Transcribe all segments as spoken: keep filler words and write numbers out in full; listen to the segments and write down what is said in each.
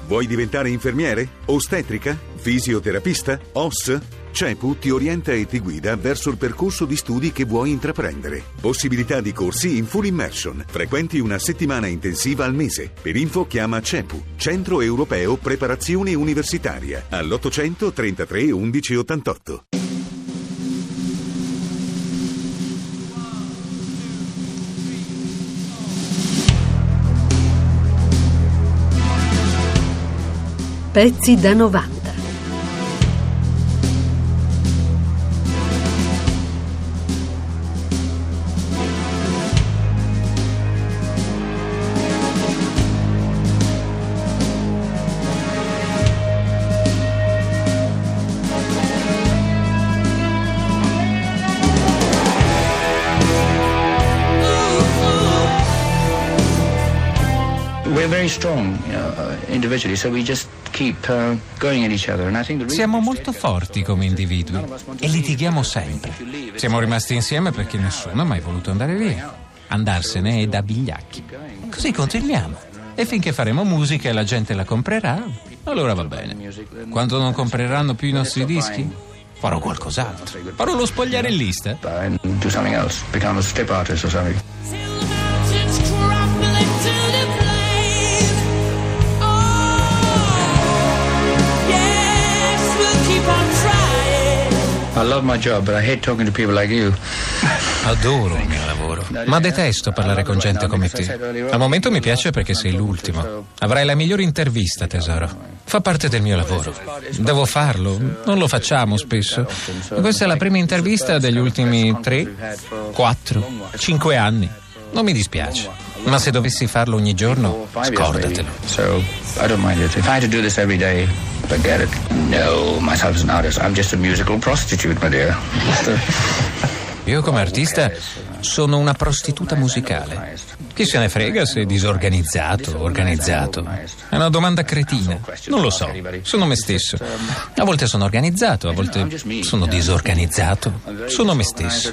Vuoi diventare infermiere? Ostetrica? Fisioterapista? O S? CEPU ti orienta e ti guida verso il percorso di studi che vuoi intraprendere. Possibilità di corsi in full immersion. Frequenti una settimana intensiva al mese. Per info chiama CEPU, Centro Europeo Preparazione Universitaria, all'ottocento trentatré undici ottantotto. Pezzi da novanta. Siamo molto forti come individui e litighiamo sempre. Siamo rimasti insieme perché nessuno ha mai voluto andare via. Andarsene è da vigliacchi. Così continuiamo. E finché faremo musica e la gente la comprerà, allora va bene. Quando non compreranno più i nostri dischi, farò qualcos'altro. Farò lo spogliarellista. Do something else. Become a step artist or something. I love my job, but I hate talking to people like you. Adoro il mio lavoro, ma detesto parlare con gente come te. Al momento mi piace perché sei l'ultimo. Avrai la migliore intervista, tesoro. Fa parte del mio lavoro. Devo farlo, non lo facciamo spesso. Questa è la prima intervista degli ultimi tre, quattro, cinque anni. Non mi dispiace, ma se dovessi farlo ogni giorno, scordatelo. So, I don't mind it. If I had to do this every day, forget it. No, myself as an artist, I'm just a musical prostitute, my dear. Io come artista sono una prostituta musicale. Chi se ne frega se è disorganizzato o organizzato? È una domanda cretina. Non lo so, sono me stesso. A volte sono organizzato, a volte sono disorganizzato. Sono me stesso.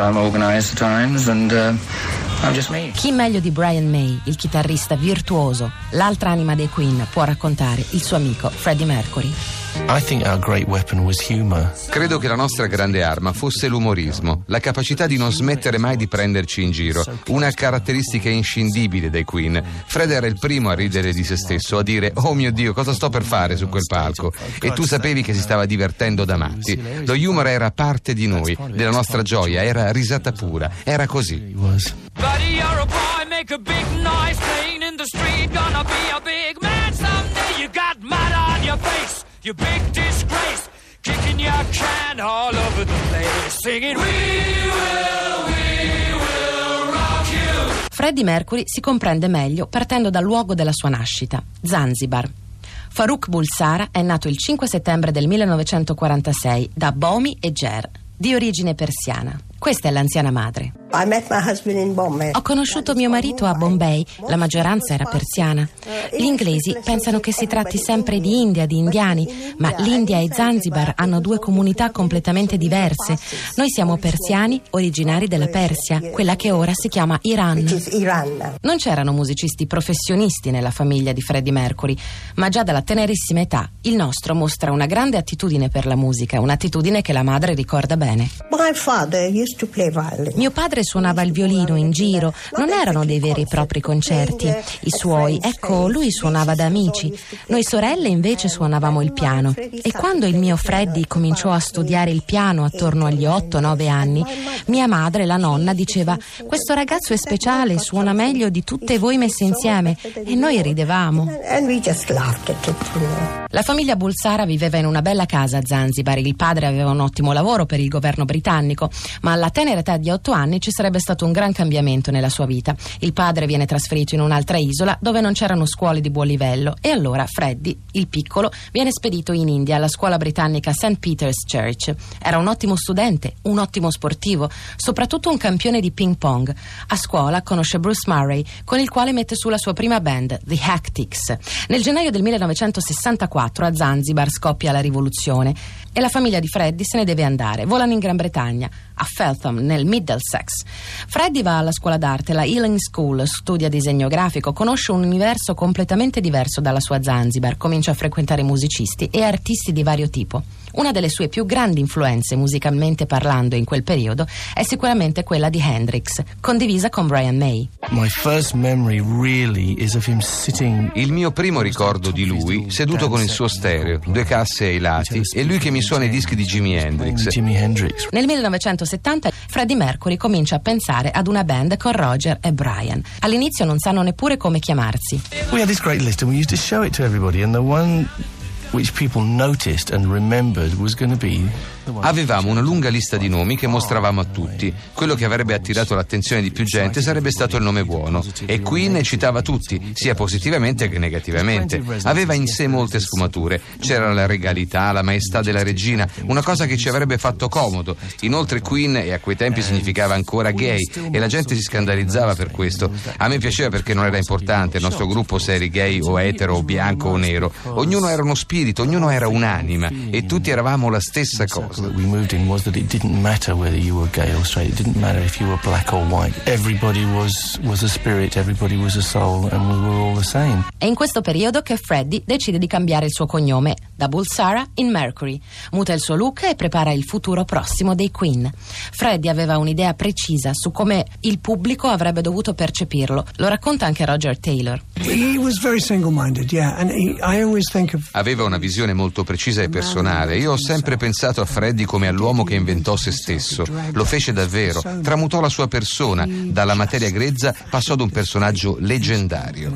Chi meglio di Brian May, il chitarrista virtuoso, l'altra anima dei Queen, può raccontare il suo amico Freddie Mercury? I think our great weapon was humor. Credo che la nostra grande arma fosse l'umorismo, la capacità di non smettere mai di prenderci in giro, una caratteristica inscindibile dei Queen. Fred era il primo a ridere di se stesso, a dire "Oh mio Dio, cosa sto per fare su quel palco?" E tu sapevi che si stava divertendo da matti. Lo humor era parte di noi, della nostra gioia, era risata pura, era così. Buddy, you're a boy, make a big noise, playing in the street, gonna be a big man someday. You got mud on your face, you big disgrace, kicking your can all over the place, singing "We will, we will rock you". Freddie Mercury si comprende meglio partendo dal luogo della sua nascita, Zanzibar. Farooq Bulsara è nato il cinque settembre del millenovecentoquarantasei da Bomi e Ger, di origine persiana. Questa è l'anziana madre. I met my husband in Bombay. Ho conosciuto mio marito a Bombay, la maggioranza era persiana. Gli inglesi pensano che si tratti sempre di India, di indiani, ma l'India e Zanzibar hanno due comunità completamente diverse. Noi siamo persiani, originari della Persia, quella che ora si chiama Iran. Non c'erano musicisti professionisti nella famiglia di Freddie Mercury, ma già dalla tenerissima età il nostro mostra una grande attitudine per la musica, un'attitudine che la madre ricorda bene. My father used to play violin. Mio padre suonava il violino in giro, non erano dei veri e propri concerti. I suoi, ecco, lui suonava da amici. Noi sorelle invece suonavamo il piano. E quando il mio Freddie cominciò a studiare il piano attorno agli otto nove anni, mia madre, la nonna, diceva: "Questo ragazzo è speciale, suona meglio di tutte voi messe insieme". E noi ridevamo. La famiglia Bulsara viveva in una bella casa a Zanzibar. Il padre aveva un ottimo lavoro per il governo britannico, ma alla tenera età di otto anni ci sarebbe stato un gran cambiamento nella sua vita. Il padre viene trasferito in un'altra isola dove non c'erano scuole di buon livello e allora Freddie, il piccolo, viene spedito in India alla scuola britannica Saint Peter's Church. Era un ottimo studente, un ottimo sportivo, soprattutto un campione di ping pong. A scuola conosce Bruce Murray, con il quale mette su la sua prima band, The Hectics. Nel gennaio del millenovecentosessantaquattro a Zanzibar scoppia la rivoluzione e la famiglia di Freddie se ne deve andare. Volano in Gran Bretagna. a Feltham, nel Middlesex. Freddie va alla scuola d'arte, la Ealing School, studia disegno grafico, conosce un universo completamente diverso dalla sua Zanzibar, comincia a frequentare musicisti e artisti di vario tipo. Una delle sue più grandi influenze musicalmente parlando in quel periodo è sicuramente quella di Hendrix, condivisa con Brian May. My first memory really is of him sitting. Il mio primo ricordo di lui seduto con il suo stereo, due casse ai lati, e lui che mi suona i dischi di Jimi Hendrix. Jimi Hendrix. Nel millenovecentosettanta Freddie Mercury comincia a pensare ad una band con Roger e Brian. All'inizio non sanno neppure come chiamarsi. We had this great list and we used to show it to everybody, and the one which people noticed and remembered was going to be. Avevamo una lunga lista di nomi che mostravamo a tutti. Quello che avrebbe attirato l'attenzione di più gente sarebbe stato il nome buono, e Queen citava tutti, sia positivamente che negativamente. Aveva in sé molte sfumature. C'era la regalità, la maestà della regina, una cosa che ci avrebbe fatto comodo. Inoltre Queen, e a quei tempi significava ancora gay, e la gente si scandalizzava per questo. A me piaceva perché non era importante il nostro gruppo se eri gay o etero o bianco o nero. Ognuno era uno spirito, ognuno era un'anima, e tutti eravamo la stessa cosa. That we moved in was that it didn't matter whether you were gay or straight. It didn't matter if you were black or white. Everybody was was a spirit, everybody was a soul, and we were all the same. È in questo periodo che Freddie decide di cambiare il suo cognome da Bulsara in Mercury, muta il suo look e prepara il futuro prossimo dei Queen. Freddie aveva un'idea precisa su come il pubblico avrebbe dovuto percepirlo. Lo racconta anche Roger Taylor. He was very single-minded, yeah, and he, I always think of. Aveva una visione molto precisa e personale. Io ho sempre pensato a Freddie come all'uomo che inventò se stesso. Lo fece davvero, tramutò la sua persona, dalla materia grezza passò ad un personaggio leggendario.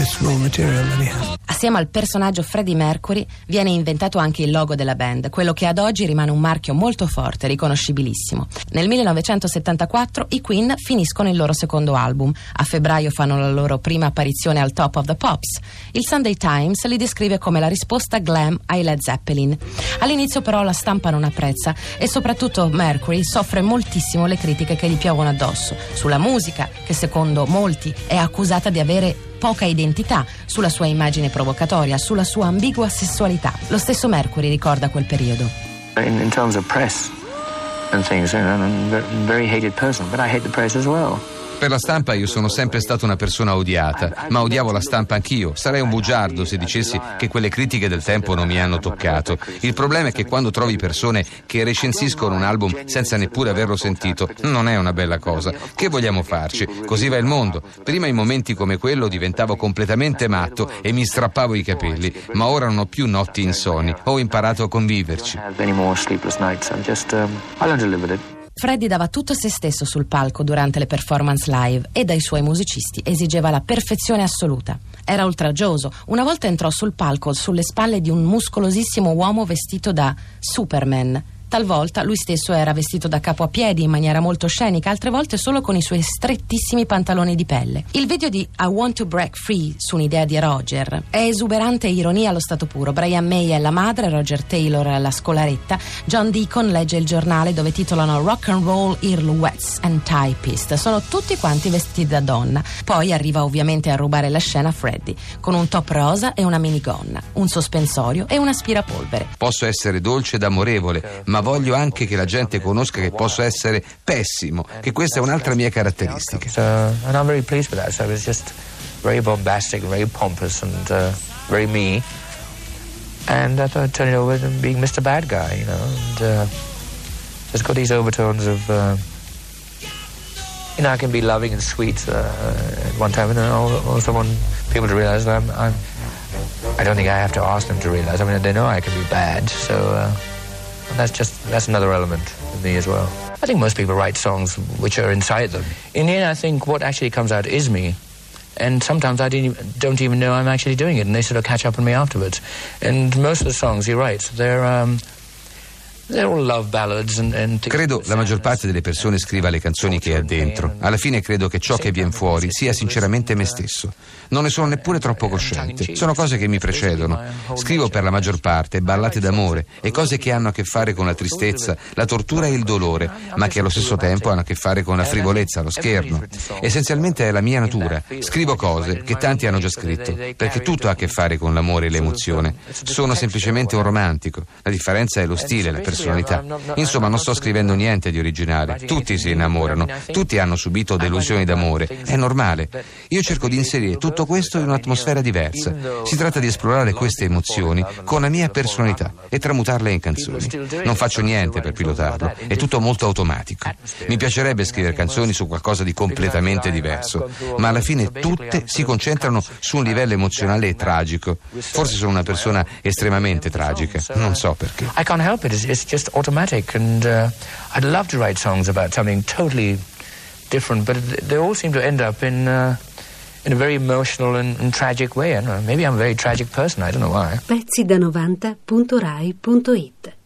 Assieme al personaggio Freddie Mercury viene inventato anche il logo della band, quello che ad oggi rimane un marchio molto forte, riconoscibilissimo. Nel millenovecentosettantaquattro i Queen finiscono il loro secondo album. A febbraio fanno la loro prima apparizione al Top of the Pops. Il Sunday Times li descrive come la risposta glam ai Led Zeppelin. All'inizio però la stampa non apprezza, e soprattutto Mercury soffre moltissimo le critiche che gli piovono addosso sulla musica, che secondo molti è accusata di avere poca identità, sulla sua immagine provocatoria, sulla sua ambigua sessualità. Lo stesso Mercury ricorda quel periodo. In, in terms of press and things, you know, I'm a very hated person, but I hate the press as well. Per la stampa io sono sempre stata una persona odiata, ma odiavo la stampa anch'io. Sarei un bugiardo se dicessi che quelle critiche del tempo non mi hanno toccato. Il problema è che quando trovi persone che recensiscono un album senza neppure averlo sentito, non è una bella cosa. Che vogliamo farci? Così va il mondo. Prima in momenti come quello diventavo completamente matto e mi strappavo i capelli, ma ora non ho più notti insonni. Ho imparato a conviverci. Freddie dava tutto se stesso sul palco durante le performance live e dai suoi musicisti esigeva la perfezione assoluta. Era oltraggioso. Una volta entrò sul palco sulle spalle di un muscolosissimo uomo vestito da Superman. Talvolta lui stesso era vestito da capo a piedi in maniera molto scenica, altre volte solo con i suoi strettissimi pantaloni di pelle. Il video di I Want to Break Free, su un'idea di Roger, è esuberante ironia allo stato puro. Brian May è la madre, Roger Taylor è la scolaretta, John Deacon legge il giornale dove titolano Rock and Roll Earlwettes and Typist. Sono tutti quanti vestiti da donna. Poi arriva ovviamente a rubare la scena Freddie, con un top rosa e una minigonna, un sospensorio e un aspirapolvere. Posso essere dolce ed amorevole, ma voglio anche che la gente conosca che posso essere pessimo, che questa è un'altra mia caratteristica. So, and I'm very pleased with that. So it's just very bombastic, very pompous, and uh, very me. And I thought I'd turn it over to being Mister Bad Guy, you know. And uh, it's got these overtones of, uh, you know, I can be loving and sweet uh, at one time, and then I also want people to realize that I'm, I'm. I don't think I have to ask them to realize. I mean, they know I can be bad, so. Uh, And that's just, that's another element of me as well. I think most people write songs which are inside them. In the end, I think what actually comes out is me. And sometimes I didn't, don't even know I'm actually doing it, and they sort of catch up on me afterwards. And most of the songs he writes, they're... Um, Credo la maggior parte delle persone scriva le canzoni che ha dentro. Alla fine credo che ciò che viene fuori sia sinceramente me stesso. Non ne sono neppure troppo cosciente. Sono cose che mi precedono. Scrivo per la maggior parte ballate d'amore e cose che hanno a che fare con la tristezza, la tortura e il dolore, ma che allo stesso tempo hanno a che fare con la frivolezza, lo scherno. Essenzialmente è la mia natura. Scrivo cose che tanti hanno già scritto, perché tutto ha a che fare con l'amore e l'emozione. Sono semplicemente un romantico. La differenza è lo stile, la persona. personalità. Insomma, non sto scrivendo niente di originale. Tutti si innamorano, tutti hanno subito delusioni d'amore, è normale. Io cerco di inserire tutto questo in un'atmosfera diversa. Si tratta di esplorare queste emozioni con la mia personalità e tramutarle in canzoni. Non faccio niente per pilotarlo, è tutto molto automatico. Mi piacerebbe scrivere canzoni su qualcosa di completamente diverso, ma alla fine tutte si concentrano su un livello emozionale e tragico. Forse sono una persona estremamente tragica, non so perché. I can't help it, it's, it's just automatic, and uh, I'd love to write songs about something totally different, but they all seem to end up in uh, in a very emotional and, and tragic way. I don't know, maybe I'm a very tragic person, I don't know why. Pezzi da novanta punto rai punto it